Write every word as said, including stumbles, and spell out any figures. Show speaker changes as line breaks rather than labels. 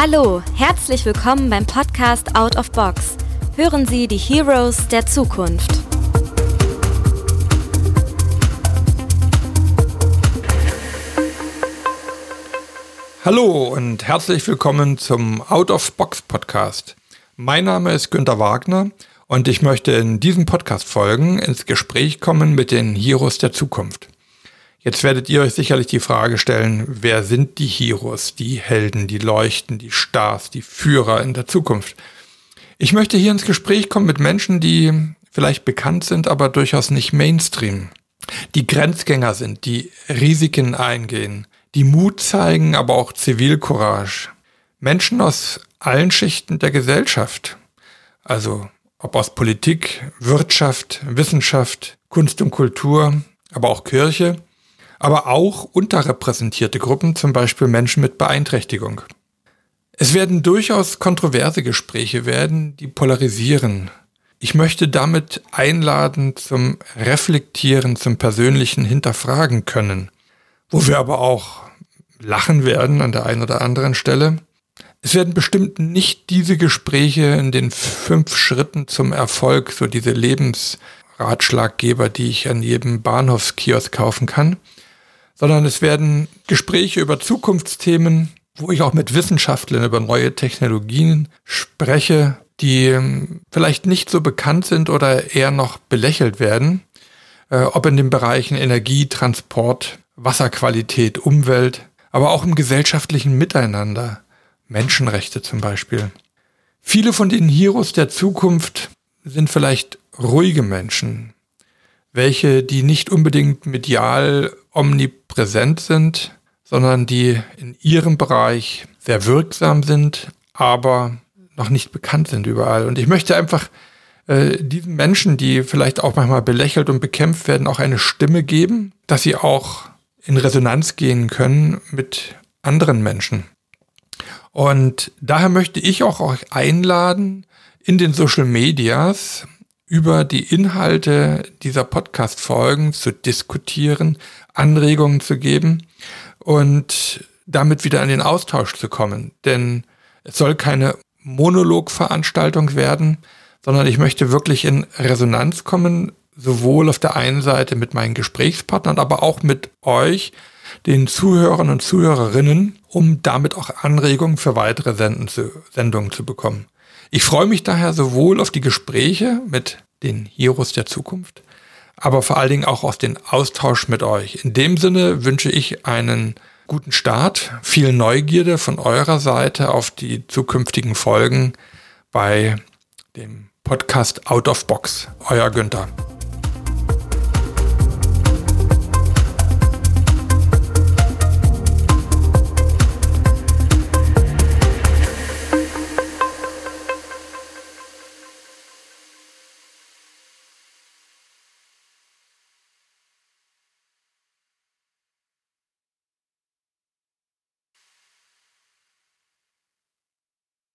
Hallo, herzlich willkommen beim Podcast Out of Box. Hören Sie die Heroes der Zukunft.
Hallo und herzlich willkommen zum Out of Box Podcast. Mein Name ist Günter Wagner und ich möchte in diesen Podcast-Folgen ins Gespräch kommen mit den Heroes der Zukunft. Jetzt werdet ihr euch sicherlich die Frage stellen, wer sind die Heroes, die Helden, die Leuchten, die Stars, die Führer in der Zukunft? Ich möchte hier ins Gespräch kommen mit Menschen, die vielleicht bekannt sind, aber durchaus nicht Mainstream, die Grenzgänger sind, die Risiken eingehen, die Mut zeigen, aber auch Zivilcourage. Menschen aus allen Schichten der Gesellschaft, also ob aus Politik, Wirtschaft, Wissenschaft, Kunst und Kultur, aber auch Kirche, aber auch unterrepräsentierte Gruppen, zum Beispiel Menschen mit Beeinträchtigung. Es werden durchaus kontroverse Gespräche werden, die polarisieren. Ich möchte damit einladen zum Reflektieren, zum persönlichen Hinterfragen können, wo wir aber auch lachen werden an der einen oder anderen Stelle. Es werden bestimmt nicht diese Gespräche in den fünf Schritten zum Erfolg, so diese Lebensratschlaggeber, die ich an jedem Bahnhofskiosk kaufen kann, sondern es werden Gespräche über Zukunftsthemen, wo ich auch mit Wissenschaftlern über neue Technologien spreche, die vielleicht nicht so bekannt sind oder eher noch belächelt werden, äh, ob in den Bereichen Energie, Transport, Wasserqualität, Umwelt, aber auch im gesellschaftlichen Miteinander, Menschenrechte zum Beispiel. Viele von den Heroes der Zukunft sind vielleicht ruhige Menschen, welche, die nicht unbedingt medial omnipräsent sind, sondern die in ihrem Bereich sehr wirksam sind, aber noch nicht bekannt sind überall. Und ich möchte einfach äh, diesen Menschen, die vielleicht auch manchmal belächelt und bekämpft werden, auch eine Stimme geben, dass sie auch in Resonanz gehen können mit anderen Menschen. Und daher möchte ich auch euch einladen, in den Social Medias über die Inhalte dieser Podcast-Folgen zu diskutieren, Anregungen zu geben und damit wieder in den Austausch zu kommen. Denn es soll keine Monologveranstaltung werden, sondern ich möchte wirklich in Resonanz kommen, sowohl auf der einen Seite mit meinen Gesprächspartnern, aber auch mit euch, den Zuhörern und Zuhörerinnen, um damit auch Anregungen für weitere Senden zu, Sendungen zu bekommen. Ich freue mich daher sowohl auf die Gespräche mit den Heroes der Zukunft, aber vor allen Dingen auch auf den Austausch mit euch. In dem Sinne wünsche ich einen guten Start, viel Neugierde von eurer Seite auf die zukünftigen Folgen bei dem Podcast Out of Box. Euer Günther.